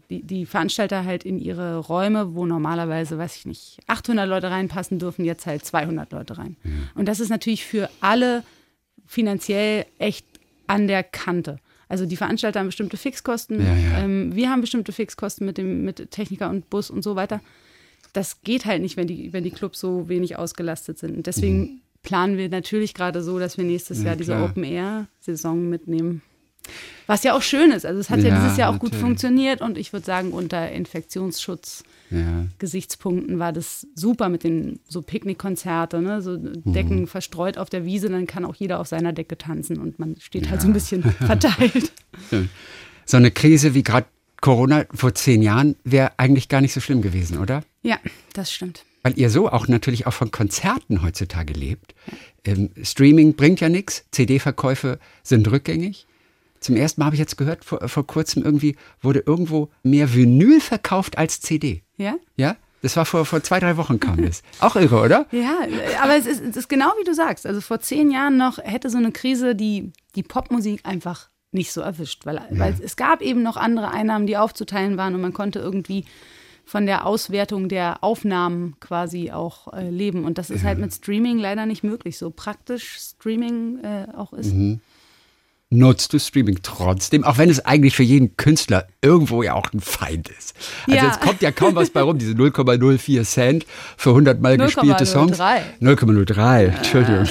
die, die Veranstalter halt in ihre Räume, wo normalerweise, weiß ich nicht, achthundert Leute reinpassen, dürfen jetzt halt zweihundert Leute rein. Mhm. Und das ist natürlich für alle finanziell echt an der Kante. Also die Veranstalter haben bestimmte Fixkosten, ja, ja. Ähm, wir haben bestimmte Fixkosten mit dem mit Techniker und Bus und so weiter. Das geht halt nicht, wenn die, wenn die Clubs so wenig ausgelastet sind. Und deswegen mhm. planen wir natürlich gerade so, dass wir nächstes ja, Jahr diese Open-Air-Saison mitnehmen. Was ja auch schön ist. Also es hat ja, ja dieses Jahr auch natürlich. gut funktioniert und ich würde sagen, unter Infektionsschutzgesichtspunkten ja. war das super mit den so Picknickkonzerte, ne? So Decken mhm. verstreut auf der Wiese, dann kann auch jeder auf seiner Decke tanzen und man steht ja. halt so ein bisschen verteilt. So eine Krise wie gerade Corona vor zehn Jahren wäre eigentlich gar nicht so schlimm gewesen, oder? Ja, das stimmt. Weil ihr so auch natürlich auch von Konzerten heutzutage lebt. Ähm, Streaming bringt ja nichts, C D-Verkäufe sind rückgängig. Zum ersten Mal habe ich jetzt gehört, vor, vor kurzem irgendwie wurde irgendwo mehr Vinyl verkauft als C D. Ja? Ja? Das war vor, vor zwei, drei Wochen kam das. Auch irre, oder? Ja, aber es ist, es ist genau wie du sagst. Also vor zehn Jahren noch hätte so eine Krise die, die Popmusik einfach nicht so erwischt. Weil, ja. weil es gab eben noch andere Einnahmen, die aufzuteilen waren und man konnte irgendwie von der Auswertung der Aufnahmen quasi auch äh, leben. Und das ist ja. halt mit Streaming leider nicht möglich. So praktisch Streaming äh, auch ist. Mhm. Nutzt du Streaming trotzdem, auch wenn es eigentlich für jeden Künstler irgendwo ja auch ein Feind ist. Also ja. jetzt kommt ja kaum was bei rum, diese null Komma null vier Cent für hundert Mal gespielte Songs. null Komma null drei, Entschuldigung.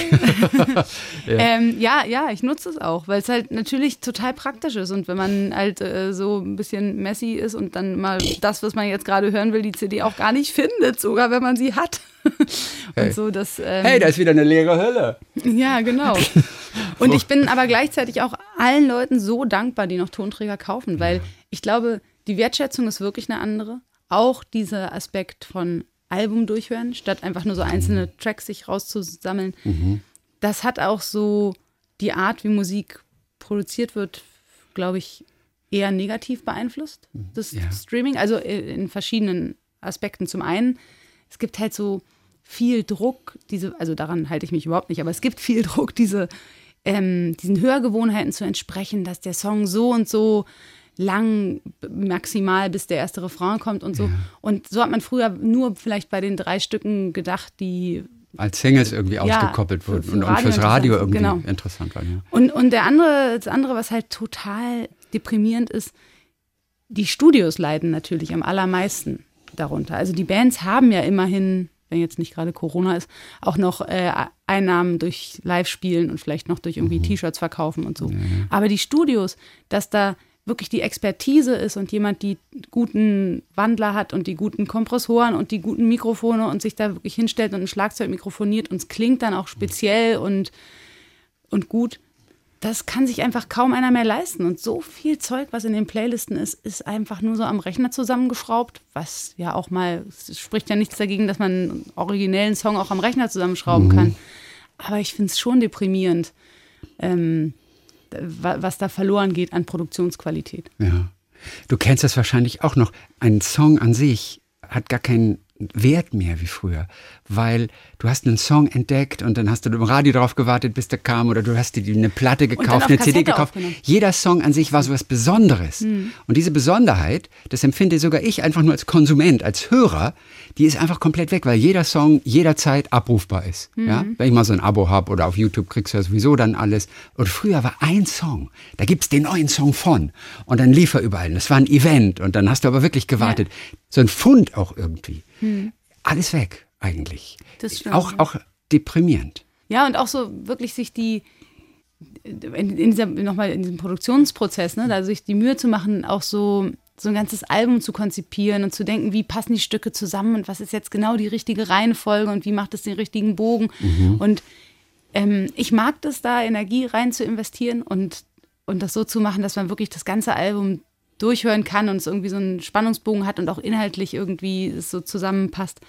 ja. Ähm, ja, ja, ich nutze es auch, weil es halt natürlich total praktisch ist und wenn man halt äh, so ein bisschen messy ist und dann mal das, was man jetzt gerade hören will, die C D auch gar nicht findet, sogar wenn man sie hat. und hey. so, das, ähm, hey, da ist wieder eine leere Hölle. Ja, genau. Und ich bin aber gleichzeitig auch allen Leuten so dankbar, die noch Tonträger kaufen, weil ich glaube, die Wertschätzung ist wirklich eine andere. Auch dieser Aspekt von Album durchhören, statt einfach nur so einzelne Tracks sich rauszusammeln. Mhm. Das hat auch so die Art, wie Musik produziert wird, glaube ich, eher negativ beeinflusst, das ja. Streaming. Also in verschiedenen Aspekten. Zum einen, es gibt halt so viel Druck, diese, also daran halte ich mich überhaupt nicht, aber es gibt viel Druck, diese, ähm, diesen Hörgewohnheiten zu entsprechen, dass der Song so und so lang, maximal bis der erste Refrain kommt und so. Ja. Und so hat man früher nur vielleicht bei den drei Stücken gedacht, die als Singles irgendwie ja, ausgekoppelt wurden für, für und, und fürs Radio irgendwie genau. interessant waren. Ja. Und, und der andere, das andere, was halt total deprimierend ist, die Studios leiden natürlich am allermeisten darunter. Also die Bands haben ja immerhin, wenn jetzt nicht gerade Corona ist, auch noch äh, Einnahmen durch Live-Spielen und vielleicht noch durch irgendwie mhm. T-Shirts verkaufen und so. Ja. Aber die Studios, dass da wirklich die Expertise ist und jemand die guten Wandler hat und die guten Kompressoren und die guten Mikrofone und sich da wirklich hinstellt und ein Schlagzeug mikrofoniert und es klingt dann auch speziell und, und gut, das kann sich einfach kaum einer mehr leisten. Und so viel Zeug, was in den Playlisten ist, ist einfach nur so am Rechner zusammengeschraubt, was ja auch mal, es spricht ja nichts dagegen, dass man einen originellen Song auch am Rechner zusammenschrauben mhm. kann. Aber ich finde es schon deprimierend, ähm, was da verloren geht an Produktionsqualität. Ja. Du kennst das wahrscheinlich auch noch. Ein Song an sich hat gar keinen Wert mehr wie früher, weil du hast einen Song entdeckt und dann hast du im Radio drauf gewartet, bis der kam oder du hast dir eine Platte gekauft, eine C D gekauft. Jeder Song an sich war so was Besonderes. Mhm. Und diese Besonderheit, das empfinde sogar ich einfach nur als Konsument, als Hörer, die ist einfach komplett weg, weil jeder Song jederzeit abrufbar ist. Mhm. Ja? Wenn ich mal so ein Abo habe oder auf YouTube kriegst du ja sowieso dann alles. Und früher war ein Song, da gibt es den neuen Song von und dann lief er überall. Das war ein Event und dann hast du aber wirklich gewartet. Ja. So ein Fund auch irgendwie. Hm. Alles weg, eigentlich. Das stimmt, auch, ja. auch deprimierend. Ja, und auch so wirklich sich die, in, in dieser, nochmal in diesem Produktionsprozess, ne, da sich die Mühe zu machen, auch so, so ein ganzes Album zu konzipieren und zu denken, wie passen die Stücke zusammen und was ist jetzt genau die richtige Reihenfolge und wie macht es den richtigen Bogen. Mhm. Und ähm, ich mag das, da Energie rein zu investieren und, und das so zu machen, dass man wirklich das ganze Album durchhören kann und es irgendwie so einen Spannungsbogen hat und auch inhaltlich irgendwie es so zusammenpasst.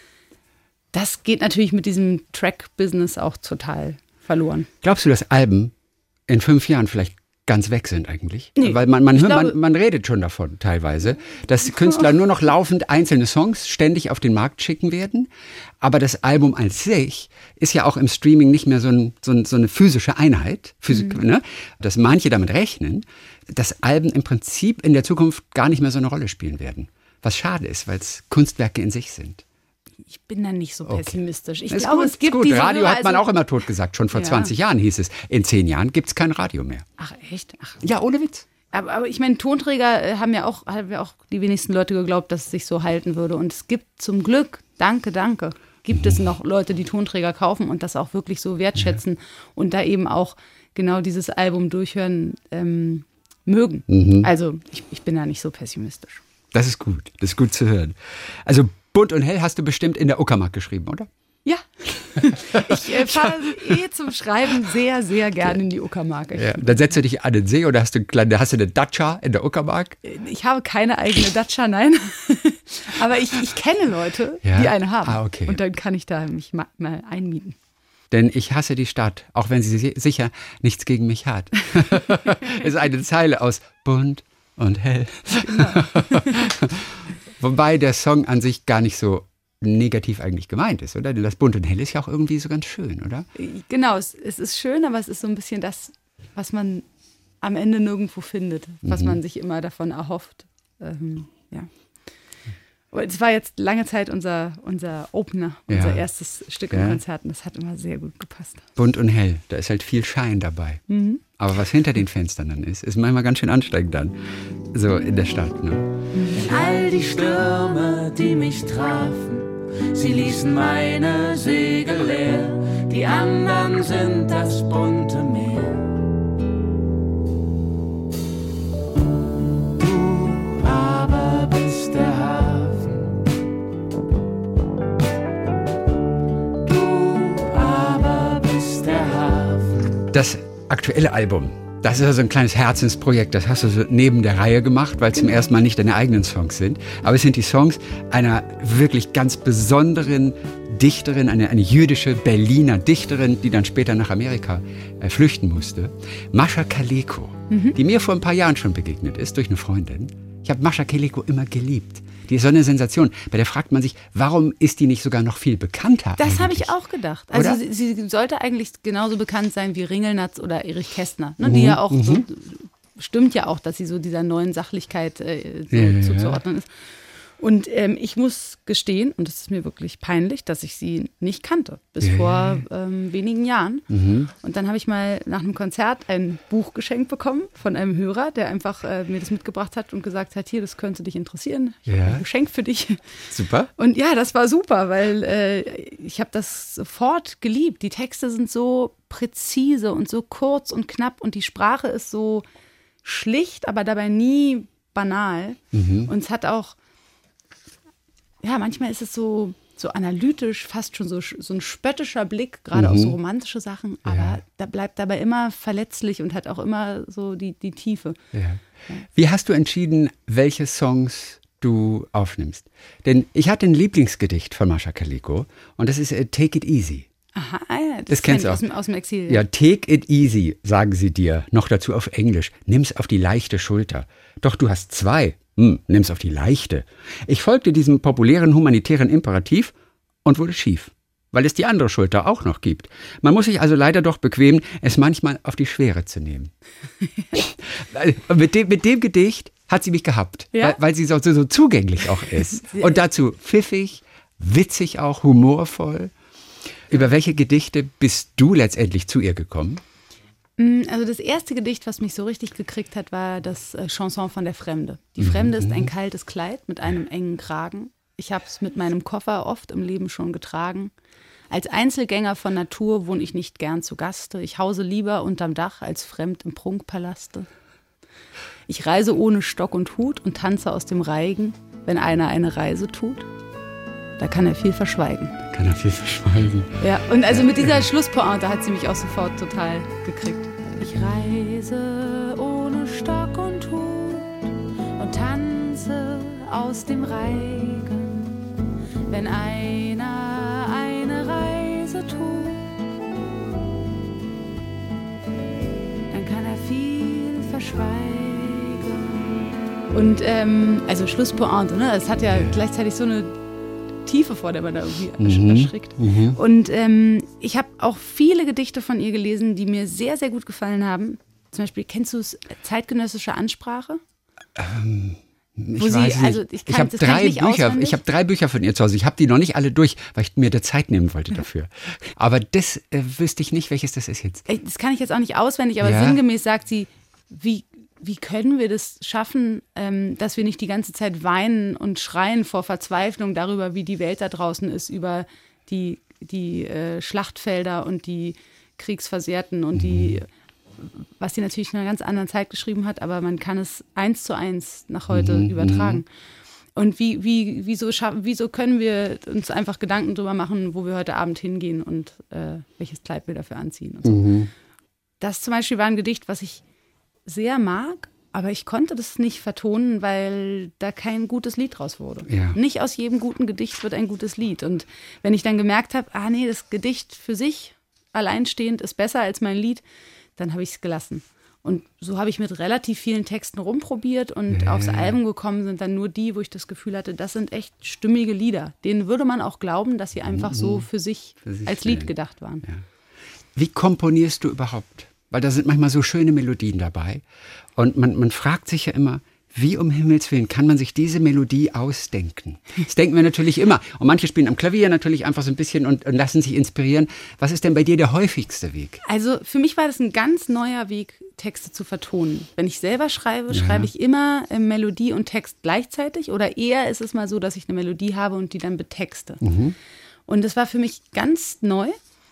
Das geht natürlich mit diesem Track-Business auch total verloren. Glaubst du, dass Alben in fünf Jahren vielleicht ganz weg sind eigentlich? Nee, Weil man, man, hört, glaube, man, man redet schon davon teilweise, dass die Künstler nur noch laufend einzelne Songs ständig auf den Markt schicken werden. Aber das Album als sich ist ja auch im Streaming nicht mehr so, ein, so, ein, so eine physische Einheit, Physik, mhm. ne? Dass manche damit rechnen, dass Alben im Prinzip in der Zukunft gar nicht mehr so eine Rolle spielen werden. Was schade ist, weil es Kunstwerke in sich sind. Ich bin da nicht so pessimistisch. Ich ist glaube, gut, es gibt gut. diese Radio Hörer, hat man also, auch immer tot gesagt. Schon vor Ja. zwanzig Jahren hieß es, in zehn Jahren gibt es kein Radio mehr. Ach echt? Ach. Ja, ohne Witz. Aber, aber ich meine, Tonträger äh, haben ja auch, haben ja auch die wenigsten Leute geglaubt, dass es sich so halten würde. Und es gibt zum Glück, danke, danke, gibt es noch Leute, die Tonträger kaufen und das auch wirklich so wertschätzen Ja. und da eben auch genau dieses Album durchhören ähm, mögen. Mhm. Also ich, ich bin da nicht so pessimistisch. Das ist gut. Das ist gut zu hören. Also Bunt und Hell hast du bestimmt in der Uckermark geschrieben, oder? Ja, ich äh, fahre eh zum Schreiben sehr, sehr gerne in die Uckermark. Ja. Dann setzt du dich an den See oder hast du, eine kleine, hast du eine Datscha in der Uckermark? Ich habe keine eigene Datscha, nein. Aber ich, ich kenne Leute, Ja? die eine haben. Ah, okay. Und dann kann ich da mich ma- mal einmieten. Denn ich hasse die Stadt, auch wenn sie si- sicher nichts gegen mich hat. Ist eine Zeile aus Bunt und Hell. Genau. Wobei der Song an sich gar nicht so negativ eigentlich gemeint ist, oder? Denn das Bunt und Hell ist ja auch irgendwie so ganz schön, oder? Genau, es, es ist schön, aber es ist so ein bisschen das, was man am Ende nirgendwo findet, was Mhm. man sich immer davon erhofft. Ähm, ja. Aber es war jetzt lange Zeit unser, unser Opener, unser Ja. erstes Stück Ja. im Konzert und das hat immer sehr gut gepasst. Bunt und Hell, da ist halt viel Schein dabei. Aber was hinter den Fenstern dann ist, ist manchmal ganz schön anstrengend dann. So in der Stadt, ne? All die Stürme, die mich trafen, sie ließen meine Segel leer. Die anderen sind das bunte Meer. Du aber bist der Hafen. Du aber bist der Hafen. Das aktuelle Album, das ist ja so ein kleines Herzensprojekt. Das hast du so neben der Reihe gemacht, weil es zum ersten Mal nicht deine eigenen Songs sind. Aber es sind die Songs einer wirklich ganz besonderen Dichterin, eine, eine jüdische Berliner Dichterin, die dann später nach Amerika äh, flüchten musste. Mascha Kaleko, die mir vor ein paar Jahren schon begegnet ist durch eine Freundin. Ich habe Mascha Kaleko immer geliebt. Die ist so eine Sensation. Bei der fragt man sich, warum ist die nicht sogar noch viel bekannter? Das habe eigentlich? ich auch gedacht. Also Oder? sie, sie sollte eigentlich genauso bekannt sein wie Ringelnatz oder Erich Kästner, ne, die ja auch so, stimmt ja auch, dass sie so dieser neuen Sachlichkeit äh, so Ja, ja, zuzuordnen ist. Und ähm, ich muss gestehen, und das ist mir wirklich peinlich, dass ich sie nicht kannte, bis Ja, vor ähm, wenigen Jahren. Und dann habe ich mal nach einem Konzert ein Buch geschenkt bekommen von einem Hörer, der einfach äh, mir das mitgebracht hat und gesagt hat, hier, das könnte dich interessieren. Ich Ja. habe ein Geschenk für dich. Super. Und ja, das war super, weil äh, ich habe das sofort geliebt. Die Texte sind so präzise und so kurz und knapp und die Sprache ist so schlicht, aber dabei nie banal. Und es hat auch, ja, manchmal ist es so, so analytisch, fast schon so, so ein spöttischer Blick, gerade auf so romantische Sachen, aber Ja. da bleibt dabei immer verletzlich und hat auch immer so die, die Tiefe. Ja. Wie hast du entschieden, welche Songs du aufnimmst? Denn ich hatte ein Lieblingsgedicht von Mascha Kaleko und das ist äh, Take It Easy. Aha, ja, das, Das kenn kennst ich du aus auch. dem, aus dem Exil. Ja, take it easy, sagen sie dir, noch dazu auf Englisch. Nimm's auf die leichte Schulter. Doch du hast zwei. Hm, nimm's auf die leichte. Ich folgte diesem populären humanitären Imperativ und wurde schief, weil es die andere Schulter auch noch gibt. Man muss sich also leider doch bequemen, es manchmal auf die Schwere zu nehmen. mit, dem, mit dem Gedicht hat sie mich gehabt, Ja? weil, weil sie so, so, so zugänglich auch ist. Und dazu pfiffig, witzig auch, humorvoll. Über welche Gedichte bist du letztendlich zu ihr gekommen? Also das erste Gedicht, was mich so richtig gekriegt hat, war das äh, Chanson von der Fremde. Die Fremde ist ein kaltes Kleid mit einem engen Kragen. Ich habe es mit meinem Koffer oft im Leben schon getragen. Als Einzelgänger von Natur wohne ich nicht gern zu Gaste. Ich hause lieber unterm Dach als fremd im Prunkpalaste. Ich reise ohne Stock und Hut und tanze aus dem Reigen, wenn einer eine Reise tut. Da kann er viel verschweigen. Kann er viel verschweigen. Ja, und also mit dieser Schlusspointe hat sie mich auch sofort total gekriegt. Ich reise ohne Stock und Hut und tanze aus dem Reigen, wenn einer eine Reise tut, dann kann er viel verschweigen. Und ähm, also Schlusspointe, ne? Es hat ja gleichzeitig so eine Tiefe, vor der man da irgendwie Mhm. erschrickt. Und ähm, ich habe auch viele Gedichte von ihr gelesen, die mir sehr, sehr gut gefallen haben. Zum Beispiel, kennst du es, zeitgenössische Ansprache? Ähm, ich Wo sie, weiß nicht. also ich kann- ich habe das kann ich drei nicht Bücher, auswendig. ich habe drei Bücher von ihr zu Hause. Ich habe die noch nicht alle durch, weil ich mir der Zeit nehmen wollte dafür. Aber das äh, wüsste ich nicht, welches das ist jetzt. Das kann ich jetzt auch nicht auswendig, aber Ja. sinngemäß sagt sie, wie, wie können wir das schaffen, ähm, dass wir nicht die ganze Zeit weinen und schreien vor Verzweiflung darüber, wie die Welt da draußen ist, über die, die äh, Schlachtfelder und die Kriegsversehrten und die, was sie natürlich in einer ganz anderen Zeit geschrieben hat, aber man kann es eins zu eins nach heute Mhm, übertragen. Und wie, wie, wieso, schaffen, wieso können wir uns einfach Gedanken drüber machen, wo wir heute Abend hingehen und äh, welches Kleid wir dafür anziehen und so. Mhm. Das zum Beispiel war ein Gedicht, was ich sehr mag, aber ich konnte das nicht vertonen, weil da kein gutes Lied draus wurde. Ja. Nicht aus jedem guten Gedicht wird ein gutes Lied. Und wenn ich dann gemerkt habe, ah nee, das Gedicht für sich alleinstehend ist besser als mein Lied, dann habe ich es gelassen. Und so habe ich mit relativ vielen Texten rumprobiert und Ja. aufs Album gekommen sind dann nur die, wo ich das Gefühl hatte, das sind echt stimmige Lieder. Denen würde man auch glauben, dass sie einfach so für sich, Für sich als Lied stehen. gedacht waren. Wie komponierst du überhaupt? Weil da sind manchmal so schöne Melodien dabei. Und man, man fragt sich ja immer, wie um Himmels Willen kann man sich diese Melodie ausdenken? Das denken wir natürlich immer. Und manche spielen am Klavier natürlich einfach so ein bisschen und, und lassen sich inspirieren. Was ist denn bei dir der häufigste Weg? Also für mich war das ein ganz neuer Weg, Texte zu vertonen. Wenn ich selber schreibe, schreibe ich immer äh, Melodie und Text gleichzeitig. Oder eher ist es mal so, dass ich eine Melodie habe und die dann betexte. Und das war für mich ganz neu.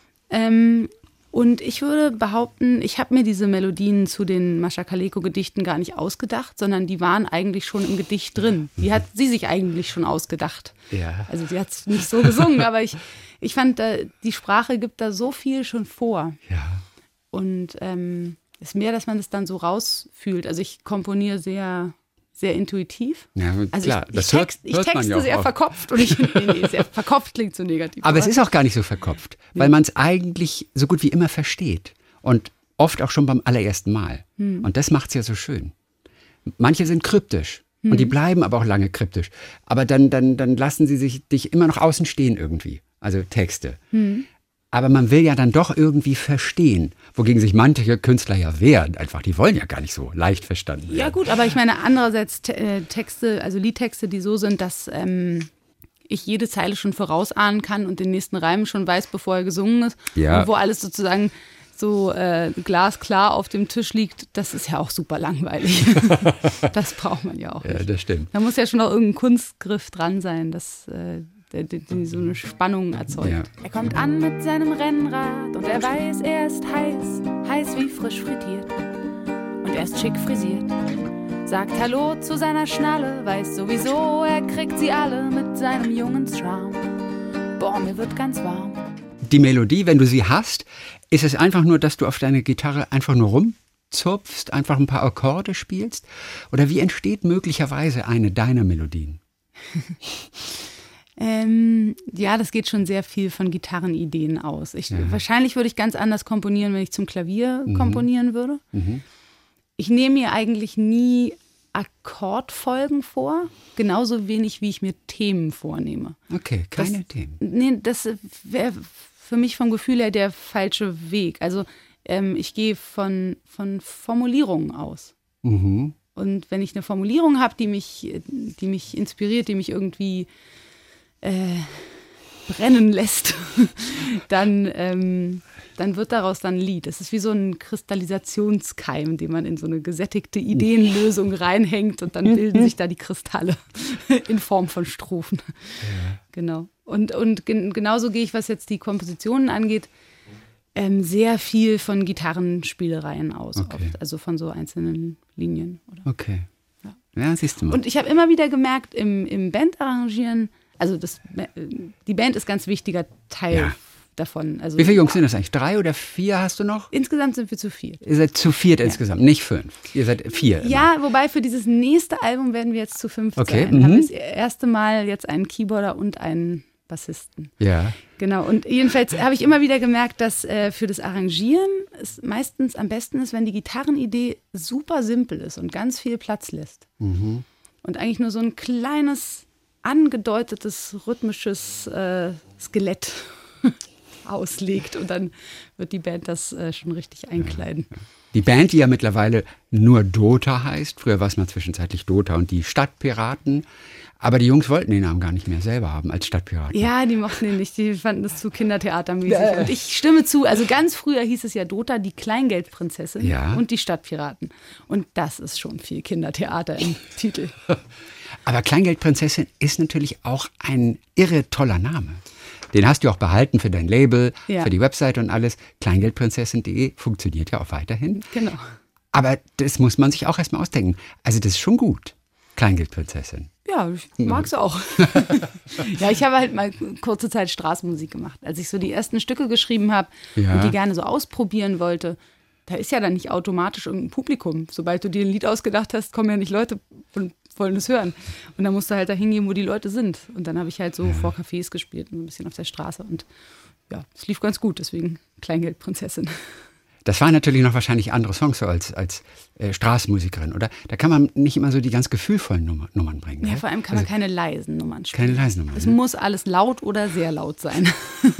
Ähm, Und ich würde behaupten, ich habe mir diese Melodien zu den Mascha Kaleko-Gedichten gar nicht ausgedacht, sondern die waren eigentlich schon im Gedicht drin. Die hat sie sich eigentlich schon ausgedacht. Ja. Also sie hat es nicht so gesungen, aber ich, ich fand, äh, die Sprache gibt da so viel schon vor. Ja. Und ähm, ist mehr, dass man das dann so rausfühlt. Also ich komponiere sehr, sehr intuitiv. Ja, Also klar, ich, ich, das hört- text, ich hört man texte ja auch sehr oft. verkopft. Und ich, nee, nee, sehr verkopft klingt so negativ. Aber es ist auch gar nicht so verkopft, weil man es eigentlich so gut wie immer versteht. Und oft auch schon beim allerersten Mal. Und das macht es ja so schön. Manche sind kryptisch. Und die bleiben aber auch lange kryptisch. Aber dann, dann, dann lassen sie sich dich immer noch außen stehen irgendwie. Also Texte. Aber man will ja dann doch irgendwie verstehen, wogegen sich manche Künstler ja wehren. Einfach, die wollen ja gar nicht so leicht verstanden werden. Ja gut, aber ich meine andererseits te- äh, Texte, also Liedtexte, die so sind, dass ähm, ich jede Zeile schon vorausahnen kann und den nächsten Reim schon weiß, bevor er gesungen ist. Ja. Und wo alles sozusagen so äh, glasklar auf dem Tisch liegt, das ist ja auch super langweilig. Das braucht man ja auch Ja, nicht. das stimmt. Da muss ja schon noch irgendein Kunstgriff dran sein, dass äh, der, der, die so eine Spannung erzeugt. Ja. Er kommt an mit seinem Rennrad und er weiß, er ist heiß, heiß wie frisch frittiert. Und er ist schick frisiert. Sagt Hallo zu seiner Schnalle, weiß sowieso, er kriegt sie alle mit seinem jungen Charme. Boah, mir wird ganz warm. Die Melodie, wenn du sie hast, ist es einfach nur, dass du auf deine Gitarre einfach nur rumzupfst, einfach ein paar Akkorde spielst? Oder wie entsteht möglicherweise eine deiner Melodien? Ähm, ja, das geht schon sehr viel von Gitarrenideen aus. Ich, Wahrscheinlich würde ich ganz anders komponieren, wenn ich zum Klavier komponieren würde. Ich nehme mir eigentlich nie Akkordfolgen vor, genauso wenig wie ich mir Themen vornehme. Okay, keine Das- Themen. Nee, das wäre für mich vom Gefühl her der falsche Weg. Also ähm, ich gehe von, von Formulierungen aus. Mhm. Und wenn ich eine Formulierung habe, die mich, die mich inspiriert, die mich irgendwie äh, brennen lässt, dann, ähm, dann wird daraus dann ein Lied. Es ist wie so ein Kristallisationskeim, den man in so eine gesättigte Ideenlösung reinhängt und dann bilden sich da die Kristalle in Form von Strophen. Genau. Und, und gen genauso gehe ich, was jetzt die Kompositionen angeht, ähm, sehr viel von Gitarrenspielereien aus. Okay. Oft. Also von so einzelnen Linien. Oder? Okay. Ja, siehst du mal. Und ich habe immer wieder gemerkt, im, im Bandarrangieren, also das, die Band ist ganz wichtiger Teil Ja. davon. Also Wie viele Jungs sind das eigentlich? Drei oder vier hast du noch? insgesamt sind wir zu viel. Ihr seid zu viert insgesamt, nicht fünf. Ihr seid vier. immer. Ja, wobei für dieses nächste Album werden wir jetzt zu fünf Okay, sein. Haben mhm. wir das erste Mal jetzt einen Keyboarder und einen Bassisten. Ja. Genau, und jedenfalls habe ich immer wieder gemerkt, dass äh, für das Arrangieren es meistens am besten ist, wenn die Gitarrenidee super simpel ist und ganz viel Platz lässt. Mhm. Und eigentlich nur so ein kleines, angedeutetes, rhythmisches äh, Skelett auslegt und dann wird die Band das äh, schon richtig einkleiden. Die Band, die ja mittlerweile nur Dota heißt, früher war es mal zwischenzeitlich Dota und die Stadtpiraten, aber die Jungs wollten den Namen gar nicht mehr selber haben als Stadtpiraten. Ja, die mochten ihn nicht, die fanden das zu kindertheatermäßig. Äh. Und ich stimme zu, also ganz früher hieß es ja Dota, die Kleingeldprinzessin ja. und die Stadtpiraten. Und das ist schon viel Kindertheater im Titel. Aber Kleingeldprinzessin ist natürlich auch ein irre toller Name. Den hast du auch behalten für dein Label, ja. für die Website und alles. Kleingeldprinzessin punkt de funktioniert ja auch weiterhin. Genau. Aber das muss man sich auch erstmal ausdenken. Also das ist schon gut, Kleingeldprinzessin. Ja, ich mag's auch. Ja, ich habe halt mal kurze Zeit Straßenmusik gemacht. Als ich so die ersten Stücke geschrieben habe ja. und die gerne so ausprobieren wollte, da ist ja dann nicht automatisch irgendein Publikum. Sobald du dir ein Lied ausgedacht hast, kommen ja nicht Leute und wollen es hören. Und dann musst du halt da hingehen, wo die Leute sind. Und dann habe ich halt so ja. vor Cafés gespielt, ein bisschen auf der Straße. Und ja, es lief ganz gut, deswegen Kleingeldprinzessin. Das waren natürlich noch wahrscheinlich andere Songs so als, als äh, Straßenmusikerin, oder? Da kann man nicht immer so die ganz gefühlvollen Nummer, Nummern bringen. Ja, ne? vor allem kann man also, keine leisen Nummern spielen. Keine leisen Nummern. Es ne? muss alles laut oder sehr laut sein.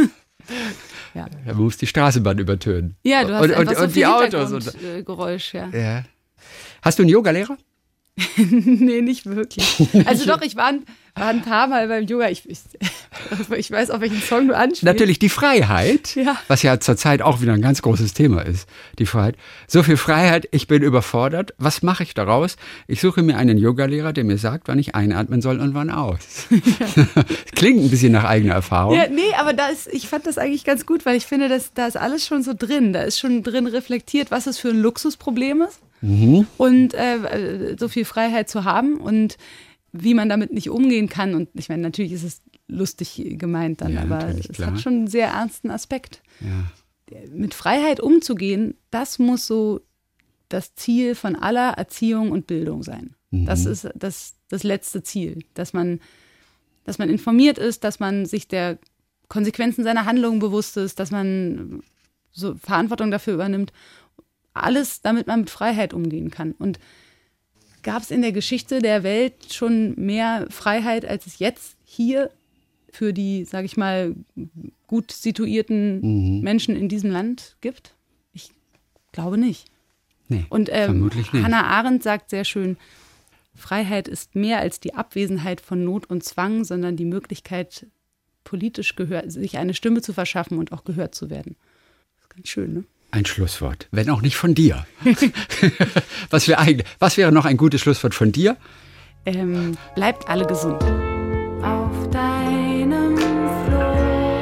Ja. Ja, man muss die Straßenbahn übertönen. Ja, du hast und, einfach und, so und viel die Autos. Und, äh, Geräusch, ja. ja. Hast du einen Yogalehrer? Nee, nicht wirklich. Also doch, ich war ein, war ein paar Mal beim Yoga. Ich, ich, ich weiß, auf welchen Song du anspielst. Natürlich die Freiheit, ja. was ja zurzeit auch wieder ein ganz großes Thema ist. Die Freiheit. So viel Freiheit, ich bin überfordert. Was mache ich daraus? Ich suche mir einen Yogalehrer, der mir sagt, wann ich einatmen soll und wann aus. Ja. Klingt ein bisschen nach eigener Erfahrung. Ja, nee, aber da ist, ich fand das eigentlich ganz gut, weil ich finde, dass, da ist alles schon so drin. Da ist schon drin reflektiert, was es für ein Luxusproblem ist. Mhm. Und äh, so viel Freiheit zu haben und wie man damit nicht umgehen kann. Und ich meine, natürlich ist es lustig gemeint dann, ja, aber es klar. hat schon einen sehr ernsten Aspekt. Ja. Mit Freiheit umzugehen, das muss so das Ziel von aller Erziehung und Bildung sein. Mhm. Das ist das, das letzte Ziel, dass man, dass man informiert ist, dass man sich der Konsequenzen seiner Handlungen bewusst ist, dass man so Verantwortung dafür übernimmt. Alles, damit man mit Freiheit umgehen kann. Und gab es in der Geschichte der Welt schon mehr Freiheit, als es jetzt hier für die, sage ich mal, gut situierten mhm. Menschen in diesem Land gibt? Ich glaube nicht. Nee, Und ähm, vermutlich nicht. Hannah Arendt sagt sehr schön, Freiheit ist mehr als die Abwesenheit von Not und Zwang, sondern die Möglichkeit, politisch gehör- sich eine Stimme zu verschaffen und auch gehört zu werden. Das ist ganz schön, ne? Ein Schlusswort, wenn auch nicht von dir. was, wär eigentlich, was wäre noch ein gutes Schlusswort von dir? Ähm, bleibt alle gesund. Auf deinem Floß,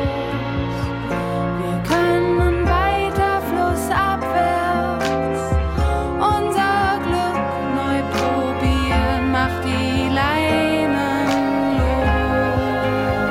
wir können weiter flussabwärts unser Glück neu probieren, mach die Leinen los.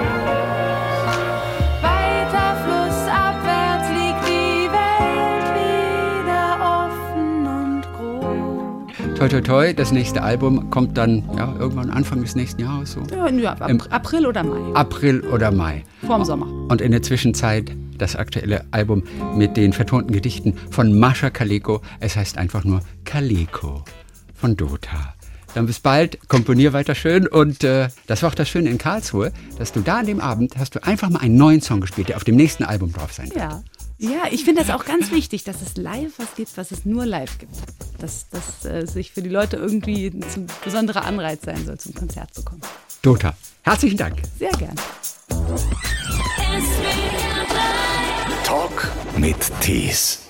Weiter flussabwärts liegt die Welt wieder offen und groß. Toi, toi, toi, das nächste Album kommt dann ja, irgendwann Anfang des nächsten Jahres. So. Ja, ja, ab, Im April oder Mai. April oder Mai. Vorm Sommer. Und in der Zwischenzeit das aktuelle Album mit den vertonten Gedichten von Mascha Kaleko. Es heißt einfach nur Kaleko von Dota. Dann bis bald, komponier weiter schön. Und äh, das war auch das Schöne in Karlsruhe, dass du da an dem Abend hast du einfach mal einen neuen Song gespielt, der auf dem nächsten Album drauf sein wird. Ja. Ja, ich finde das auch ganz wichtig, dass es live was gibt, was es nur live gibt. Dass das äh, sich für die Leute irgendwie ein besonderer Anreiz sein soll, zum Konzert zu kommen. Dota, herzlichen Dank. Sehr gern. Talk mit Tees.